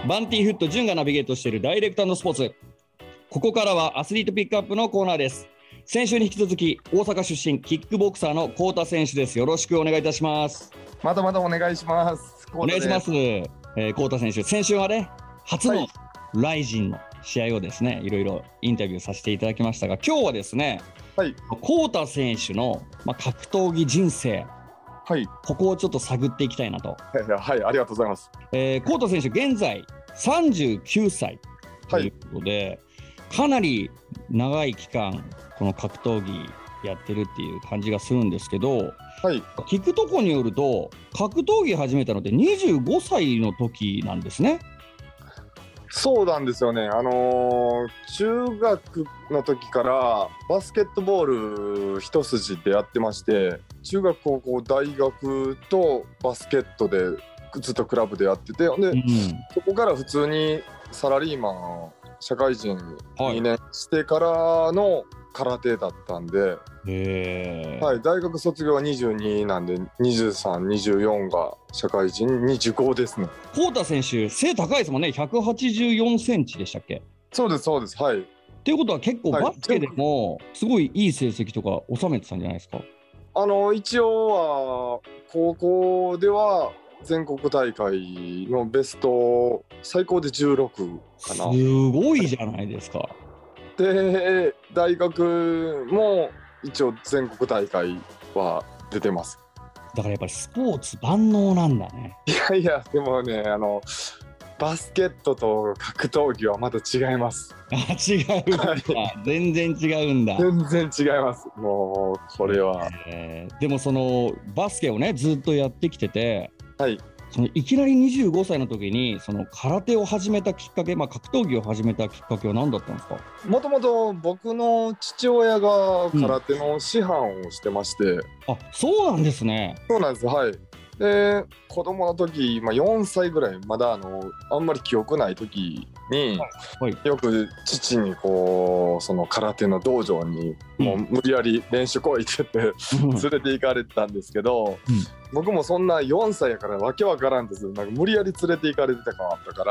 バンティーフット潤がナビゲートしているダイレクト&スポーツ。ここからはアスリートピックアップのコーナーです。先週に引き続き大阪出身キックボクサーの幸田選手です。よろしくお願いいたします。 まだまだお願いします。 お願いします。幸田選手、先週はね初のライジンの試合をですね、いろいろインタビューさせていただきましたが、今日はですね、幸田選手の、格闘技人生、ここをちょっと探っていきたいなと。 はい、ありがとうございます。 幸田選手現在39歳ということで、かなり長い期間この格闘技やってるっていう感じがするんですけど、聞くとこによると格闘技始めたのって25歳の時なんですね。 そうなんですよね。中学の時からバスケットボール一筋でやってまして、中学高校大学とバスケットでずっとクラブでやってて、で、そこから普通にサラリーマン社会人2年してからの空手だったんで、大学卒業は22なんで23、24が社会人25ですね。 幸田選手背高いですもんね。184センチでしたっけ？ そうですそうです。はい。 っていうことは結構バスケでもすごいいい成績とか収めてたんじゃないですか？ 一応は高校では全国大会のベスト最高で16かな。 すごいじゃないですか。 で大学も一応全国大会は出てます。 だからやっぱりスポーツ万能なんだね。 いやでもね、バスケットと格闘技はまた違います。 違うんだ、全然違うんだ。 全然違います。もうこれは、 でもそのバスケをねずっとやってきてて、そのいきなり25歳の時にその空手を始めたきっかけ、格闘技を始めたきっかけは何だったんですか？ もともと僕の父親が空手の師範をしてまして、 あ、そうなんですね。 そうなんです。はい。で子供の時、4歳ぐらい、まだあんまり記憶ない時に、よく父にこうその空手の道場にもう無理やり練習来いって言って連れて行かれてたんですけど、僕もそんな4歳やからわけわからんですよ。なんか無理やり連れて行かれてた感あったから、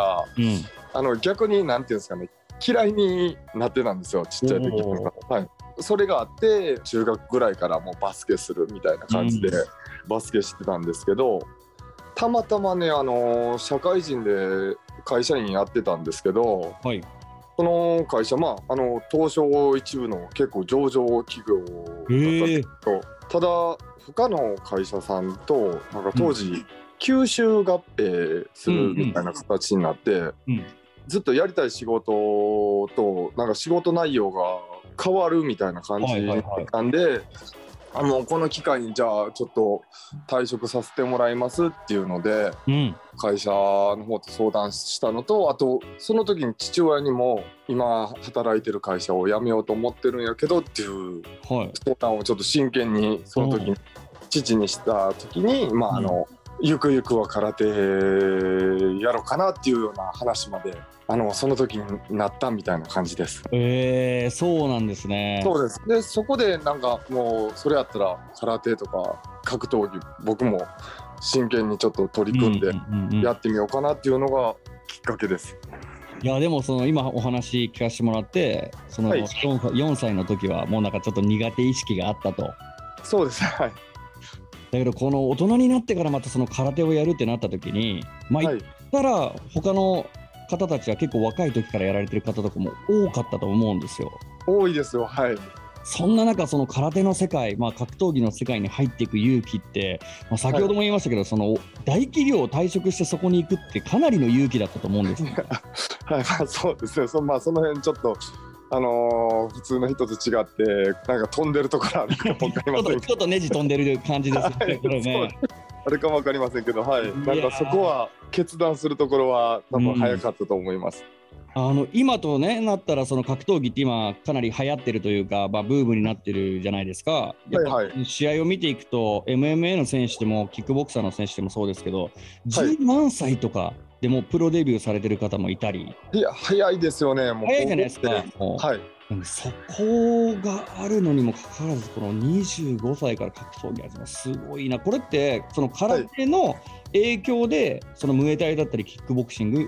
逆になんていうんですかね、嫌いになってたんですよ、ちっちゃい時とか。それがあって中学ぐらいからもうバスケするみたいな感じでバスケしてたんですけど、たまたまね社会人で会社員やってたんですけど、その会社東証一部の結構上場企業だったんですけど、ただ他の会社さんとなんか当時吸収合併するみたいな形になって、ずっとやりたい仕事となんか仕事内容が変わるみたいな感じなんで、もうこの機会にじゃあちょっと退職させてもらいますっていうので、会社の方と相談したのと、あとその時に父親にも今働いてる会社を辞めようと思ってるんやけどっていう相談をちょっと真剣にその時に父にした時に、ゆくゆくは空手やろうかなっていうような話までその時になったみたいな感じです。 そうなんですね。 そうです。でそこでなんかもうそれやったら空手とか格闘技僕も真剣にちょっと取り組んでやってみようかなっていうのがきっかけです。 いやでもその今お話聞かせてもらって、その 4歳の時はもうなんかちょっと苦手意識があったと。 そうです。はい。 だけどこの大人になってからまたその空手をやるってなった時に、言ったら他の方たちは結構若い時からやられてる方とかも多かったと思うんですよ。 多いですよ。はい。 そんな中その空手の世界、格闘技の世界に入っていく勇気って、先ほども言いましたけど、その大企業を退職してそこに行くってかなりの勇気だったと思うんですよ。 そうですね。その辺ちょっと普通の人と違ってなんか飛んでるところあるかも分かりませんけどちょっとネジ飛んでる感じですね。これねあれかも分かりませんけど、なんかそこは決断するところは多分早かったと思います。 今とねなったらその格闘技って今かなり流行ってるというか、ブームになってるじゃないですか。やっぱ試合を見ていくと MMA の選手でもキックボクサーの選手でもそうですけど、10何歳とかでもプロデビューされてる方もいたり。 いや早いですよね。もう早いじゃないですか。そこがあるのにもかかわらずこの25歳から格闘技始める、すごいな。これってその空手の影響でそのムエタイだったりキックボクシング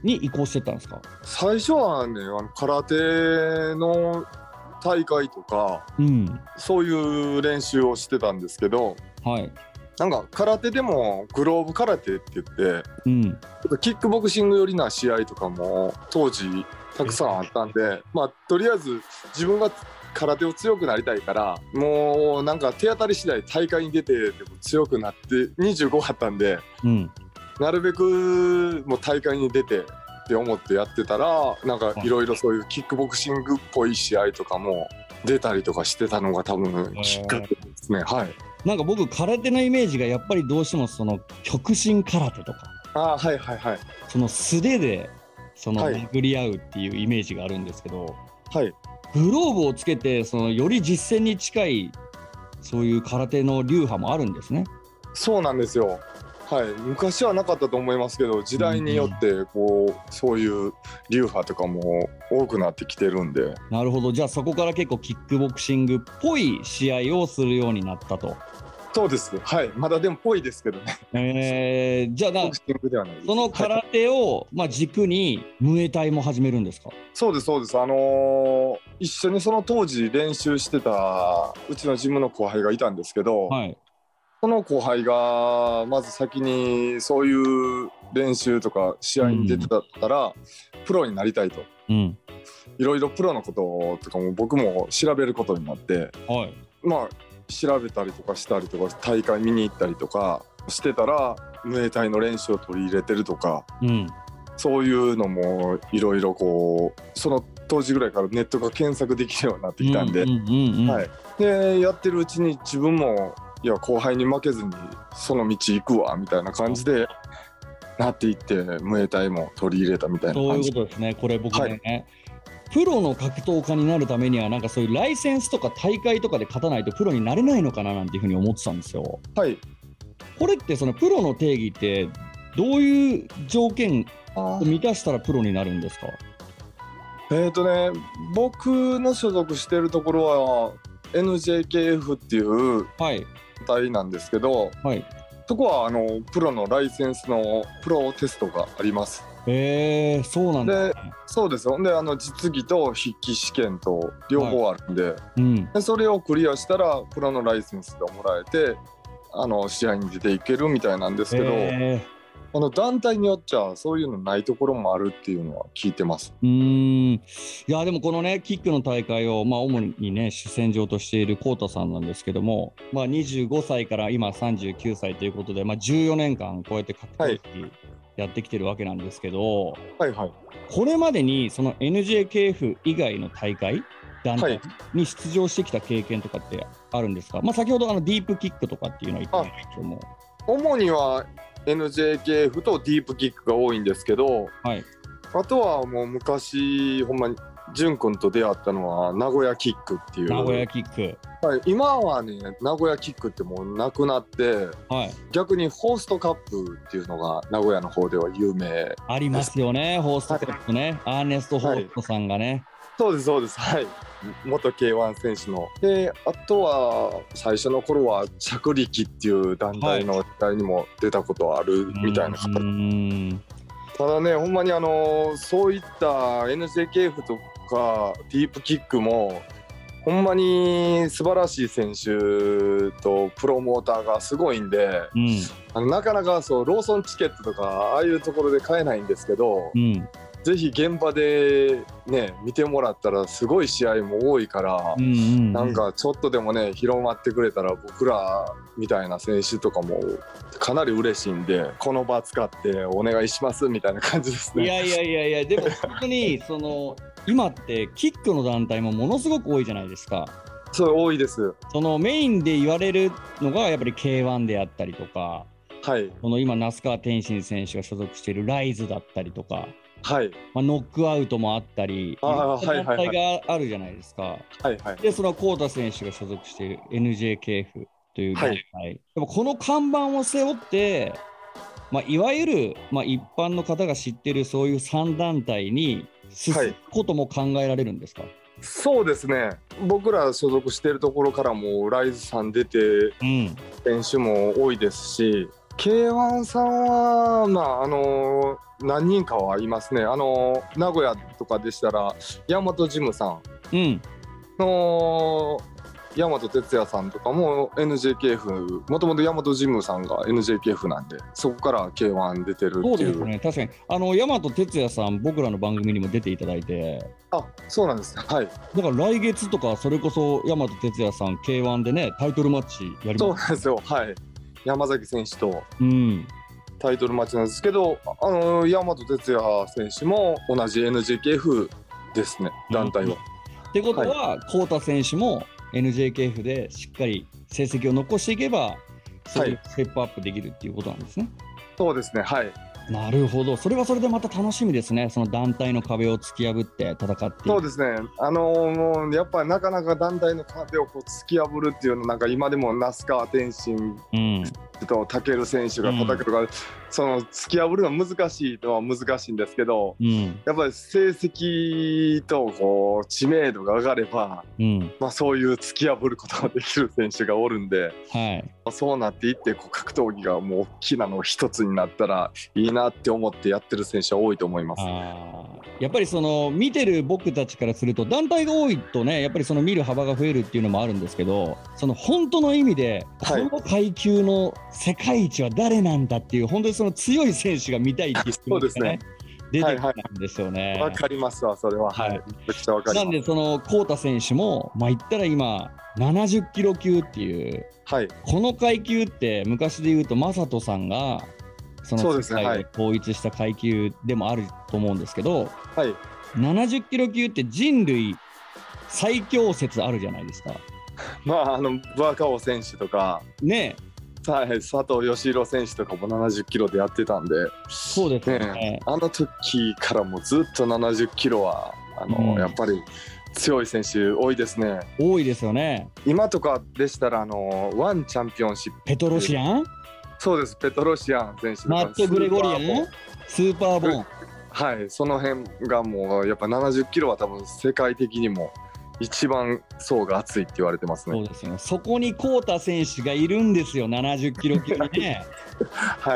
に移行してったんですか？ 最初はね、空手の大会とか、そういう練習をしてたんですけど、なんか空手でもグローブ空手って言って、キックボクシング寄りな試合とかも当時たくさんあったんで、とりあえず自分が空手を強くなりたいから、もうなんか手当たり次第大会に出てでも強くなって25あったんで、なるべくもう大会に出てって思ってやってたら、なんかいろいろそういうキックボクシングっぽい試合とかも出たりとかしてたのが多分きっかけですね。 なんか僕空手のイメージがやっぱりどうしてもその極真空手とか、その素手でその殴り合うっていうイメージがあるんですけど、グローブをつけてそのより実戦に近いそういう空手の流派もあるんですね。 そうなんですよ。昔はなかったと思いますけど、時代によってそういう流派とかも多くなってきてるんで。 なるほど。じゃあそこから結構キックボクシングっぽい試合をするようになったと。 そうです。まだでもぽいですけどね。じゃあその空手を軸にムエタイも始めるんですか？ そうです。一緒にその当時練習してたうちのジムの後輩がいたんですけど、その後輩がまず先にそういう練習とか試合に出てたら、プロになりたいと、いろいろプロのこととかも僕も調べることになって、調べたりとかしたりとか大会見に行ったりとかしてたら、ムエタイの練習を取り入れてるとか、そういうのもいろいろその当時ぐらいからネットが検索できるようになってきたんで、でやってるうちに自分も後輩に負けずにその道行くわみたいな感じでなっていって、ムエタイも取り入れたみたいな感じ。 そういうことですね。これ僕ね、プロの格闘家になるためにはなんかそういうライセンスとか大会とかで勝たないとプロになれないのかななんていうふうに思ってたんですよ。これってそのプロの定義ってどういう条件を満たしたらプロになるんですか？ 僕の所属してるところは NJKF っていう隊なんですけど、そこはプロのライセンスのプロテストがあります。 そうなんだ。 そうですよ。で実技と筆記試験と両方あるんで、でそれをクリアしたらプロのライセンスがもらえて試合に出ていけるみたいなんですけど、団体によっちゃそういうのないところもあるっていうのは聞いてます。 いやでもこのねキックの大会を主にね主戦場としているコウタさんなんですけども、25歳から今39歳ということで、14年間こうやって格闘技やってきてるわけなんですけど、これまでにその NJKF 以外の大会団体に出場してきた経験とかってあるんですか？先ほどディープキックとかっていうのは言ってないけども、 主には NJKF とディープキックが多いんですけど、あとはもう昔ほんまに潤君と出会ったのは名古屋キックっていう。 名古屋キック、 今はね名古屋キックってもうなくなって、逆にホーストカップっていうのが名古屋の方では有名ありますよね。ホーストカップね、アーネスト・ホーストさんがね、 そうです元 K1 選手の。であとは最初の頃は着力っていう団体の試合にも出たことあるみたいな方、ただねほんまにそういった NJKF とかディープキックもほんまに素晴らしい選手とプロモーターがすごいんで、なかなかローソンチケットとかああいうところで買えないんですけど、ぜひ現場でね見てもらったらすごい試合も多いから、なんかちょっとでもね広まってくれたら僕らみたいな選手とかもかなり嬉しいんで、この場使ってお願いしますみたいな感じですね。 いやでも本当に今ってキックの団体もものすごく多いじゃないですか。 そう多いです。 メインで言われるのがやっぱり K1 であったりとか、今那須川天心選手が所属しているライズだったりとか、ノックアウトもあったり、団体があるじゃないですか。でそのコウタ選手が所属している NJKF という団体、でもこの看板を背負って、いわゆる、一般の方が知っているそういう3団体に進むことも考えられるんですか？ そうですね。僕ら所属しているところからもライズさん出て、選手も多いですし、 K1 さんは、何人かはいますね。名古屋とかでしたら、大和ジムさんの大和哲也さんとかも NJKF、もともと大和ジムさんが NJKF なんで、そこから K1 出てるっていう。 そうですね、確かに大和哲也さん、僕らの番組にも出ていただいて。 あ、そうなんですね。はい。 だから来月とか、それこそ大和哲也さん K1 でね、タイトルマッチやります。 そうなんですよ。はい。山崎選手とタイトルマッチなんですけど、大和哲也選手も同じ NJKF ですね、団体は。 ってことは、浩太選手も NJKF でしっかり成績を残していけば、そういうステップアップできるっていうことなんですね。 そうですね、はい。 なるほど、それはそれでまた楽しみですね、その団体の壁を突き破って戦って。 そうですね、もうやっぱりなかなか団体の壁をこう突き破るっていうの、なんか今でも那須川天心と武選手が戦うとか、その突き破るのは難しいのは難しいんですけど、やっぱり成績とこう知名度が上がれば、そういう突き破ることができる選手がおるんで、そうなっていってこう格闘技がもう大きなの一つになったらいいなって思ってやってる選手は多いと思います。 やっぱりその見てる僕たちからすると、団体が多いとね、やっぱりその見る幅が増えるっていうのもあるんですけど、その本当の意味でこの階級の世界一は誰なんだっていう、本当にその強い選手が見たいっていう気持ちがね、出てきたんですよね。 わかりますわ、それは。はい。めちゃくちゃわかります。 なんでその浩太選手も言ったら今70キロ級っていう、この階級って昔で言うと正人さんがその世界を統一した階級でもあると思うんですけど、70キロ級って人類最強説あるじゃないですか。 バカオ選手とかね、 佐藤義弘選手とかも70キロでやってたんで。 そうですね。 あの時からもずっと70キロはやっぱり強い選手多いですね。 多いですよね。 今とかでしたらワンチャンピオンシップ、 ペトロシアン。 そうです、ペトロシアン選手とか、 マット・グレゴリアン、スーパーボーン、 はい、その辺がもうやっぱ70キロは多分世界的にも一番層が厚いって言われてますね。 そうですよ。そこに浩太選手がいるんですよ、70キロ級にね。 はい、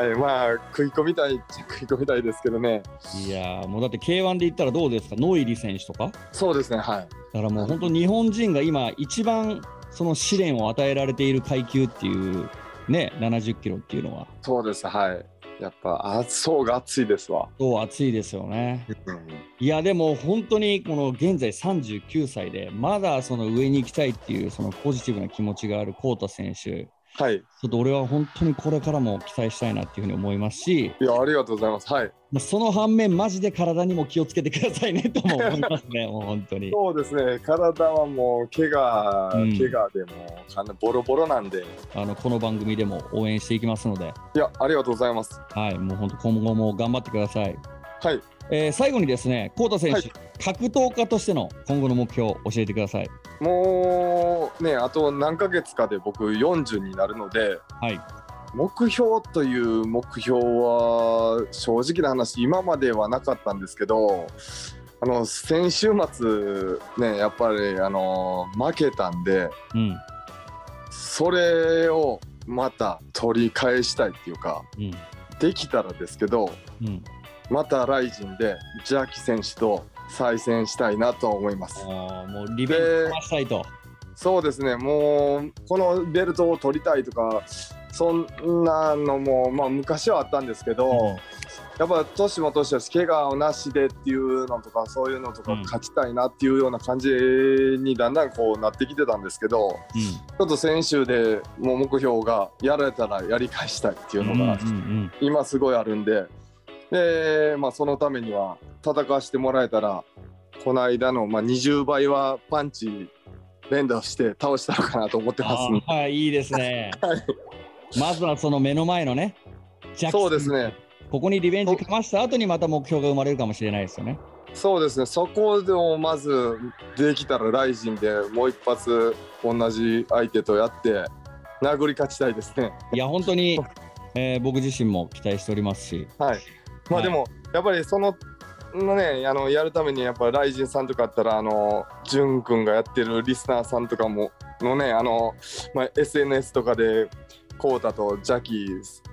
食い込みたいっちゃ食い込みたいですけどね。 いやもうだって K1 で言ったらどうですか、ノイリ選手とか。 そうですね、はい。 だからもう本当日本人が今一番その試練を与えられている階級っていうね、70キロっていうのは。 そうです、はい。やっぱ層が厚いですわ。 そう熱いですよね。いやでも本当にこの現在39歳でまだその上に行きたいっていうそのポジティブな気持ちがある浩太選手、ちょっと俺は本当にこれからも期待したいなっていうふうに思いますし。 いや、ありがとうございます。はい。 その反面マジで体にも気をつけてくださいねとも思いますね。もう本当に。 そうですね。体はもう怪我でもかなりボロボロなんで、 この番組でも応援していきますので。 いや、ありがとうございます。 はい、もう本当今後も頑張ってください。 はい。 最後にですね、浩太選手、格闘家としての今後の目標を教えてください。 もうね、あと何ヶ月かで僕40になるので、目標という目標は正直な話今まではなかったんですけど、先週末ね、やっぱり負けたんで、それをまた取り返したいっていうか、できたらですけど、またライジンでジャッキ選手と再戦したいなと思います。 もうリベンジしたいと。 そうですね、もうこのベルトを取りたいとかそんなのも、昔はあったんですけど、やっぱ年も年だし怪我をなしでっていうのとかそういうのとか勝ちたいなっていうような感じにだんだんこうなってきてたんですけど、ちょっと先週でもう目標がやられたらやり返したいっていうのが今すごいあるんで、そのためには戦わせてもらえたらこの間の20倍はパンチ連打して倒したのかなと思ってますね。 はい、いいですね。まずはその目の前のね、ジャッキ、 そうですね、 ここにリベンジかました後にまた目標が生まれるかもしれないですよね。 そうですね、そこでもまずできたらライジンでもう一発同じ相手とやって殴り勝ちたいですね。 いや本当に、僕自身も期待しておりますし、 でもやっぱりそのね、やるためにやっぱライジンさんとかあったらジュン君がやってるリスナーさんとかものねSNS とかでコウタとジャキ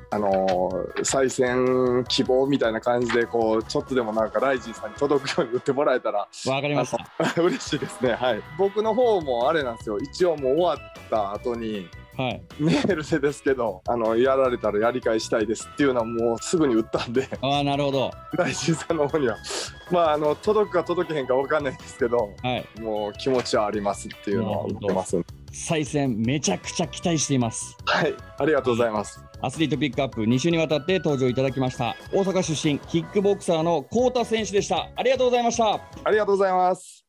再戦希望みたいな感じでこうちょっとでもなんかライジンさんに届くように打ってもらえたらわかりました。 嬉しいですね。はい。僕の方もあれなんですよ。一応もう終わった後に。 はい、 メールでですけどやられたらやり返したいですっていうのはもうすぐに打ったんで、 ああなるほど、 大臣さんの方には届くか届けへんか分かんないんですけど、はい、もう気持ちはありますっていうのは言ってます。 再戦めちゃくちゃ期待しています。 はい、ありがとうございます。 アスリートピックアップ2週にわたって登場いただきました大阪出身キックボクサーの幸田選手でした。ありがとうございました。 ありがとうございます。